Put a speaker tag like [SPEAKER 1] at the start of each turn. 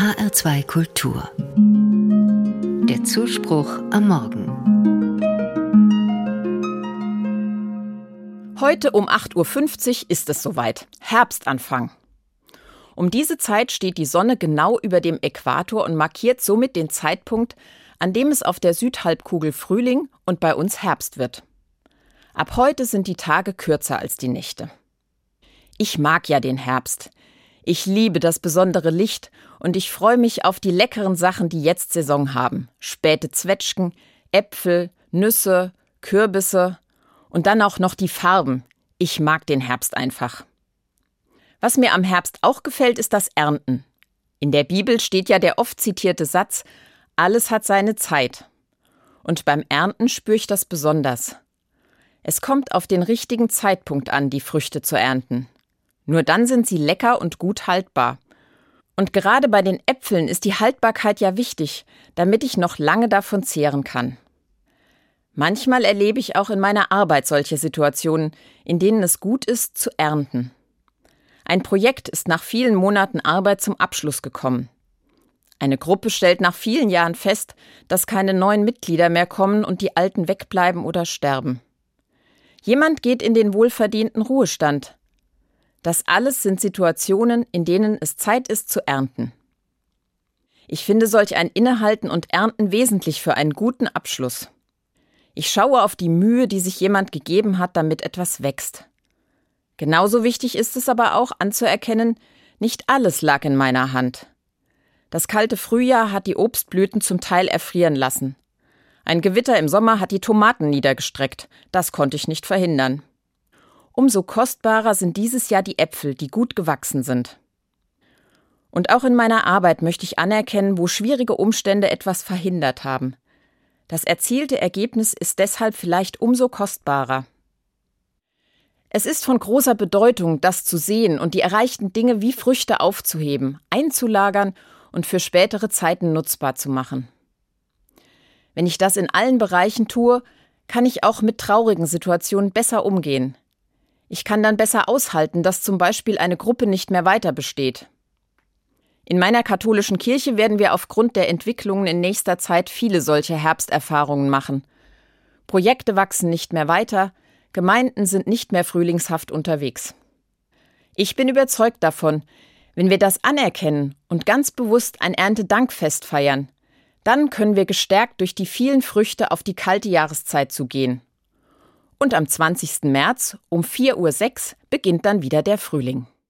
[SPEAKER 1] HR2 Kultur. Der Zuspruch am Morgen.
[SPEAKER 2] Heute um 8:50 Uhr ist es soweit. Herbstanfang. Um diese Zeit steht die Sonne genau über dem Äquator und markiert somit den Zeitpunkt, an dem es auf der Südhalbkugel Frühling und bei uns Herbst wird. Ab heute sind die Tage kürzer als die Nächte. Ich mag ja den Herbst. Ich liebe das besondere Licht und ich freue mich auf die leckeren Sachen, die jetzt Saison haben. Späte Zwetschgen, Äpfel, Nüsse, Kürbisse und dann auch noch die Farben. Ich mag den Herbst einfach. Was mir am Herbst auch gefällt, ist das Ernten. In der Bibel steht ja der oft zitierte Satz: Alles hat seine Zeit. Und beim Ernten spüre ich das besonders. Es kommt auf den richtigen Zeitpunkt an, die Früchte zu ernten. Nur dann sind sie lecker und gut haltbar. Und gerade bei den Äpfeln ist die Haltbarkeit ja wichtig, damit ich noch lange davon zehren kann. Manchmal erlebe ich auch in meiner Arbeit solche Situationen, in denen es gut ist, zu ernten. Ein Projekt ist nach vielen Monaten Arbeit zum Abschluss gekommen. Eine Gruppe stellt nach vielen Jahren fest, dass keine neuen Mitglieder mehr kommen und die Alten wegbleiben oder sterben. Jemand geht in den wohlverdienten Ruhestand. Das alles sind Situationen, in denen es Zeit ist zu ernten. Ich finde solch ein Innehalten und Ernten wesentlich für einen guten Abschluss. Ich schaue auf die Mühe, die sich jemand gegeben hat, damit etwas wächst. Genauso wichtig ist es aber auch anzuerkennen, nicht alles lag in meiner Hand. Das kalte Frühjahr hat die Obstblüten zum Teil erfrieren lassen. Ein Gewitter im Sommer hat die Tomaten niedergestreckt. Das konnte ich nicht verhindern. Umso kostbarer sind dieses Jahr die Äpfel, die gut gewachsen sind. Und auch in meiner Arbeit möchte ich anerkennen, wo schwierige Umstände etwas verhindert haben. Das erzielte Ergebnis ist deshalb vielleicht umso kostbarer. Es ist von großer Bedeutung, das zu sehen und die erreichten Dinge wie Früchte aufzuheben, einzulagern und für spätere Zeiten nutzbar zu machen. Wenn ich das in allen Bereichen tue, kann ich auch mit traurigen Situationen besser umgehen. Ich kann dann besser aushalten, dass zum Beispiel eine Gruppe nicht mehr weiter besteht. In meiner katholischen Kirche werden wir aufgrund der Entwicklungen in nächster Zeit viele solche Herbsterfahrungen machen. Projekte wachsen nicht mehr weiter, Gemeinden sind nicht mehr frühlingshaft unterwegs. Ich bin überzeugt davon, wenn wir das anerkennen und ganz bewusst ein Erntedankfest feiern, dann können wir gestärkt durch die vielen Früchte auf die kalte Jahreszeit zugehen. Und am 20. März um 4:06 Uhr beginnt dann wieder der Frühling.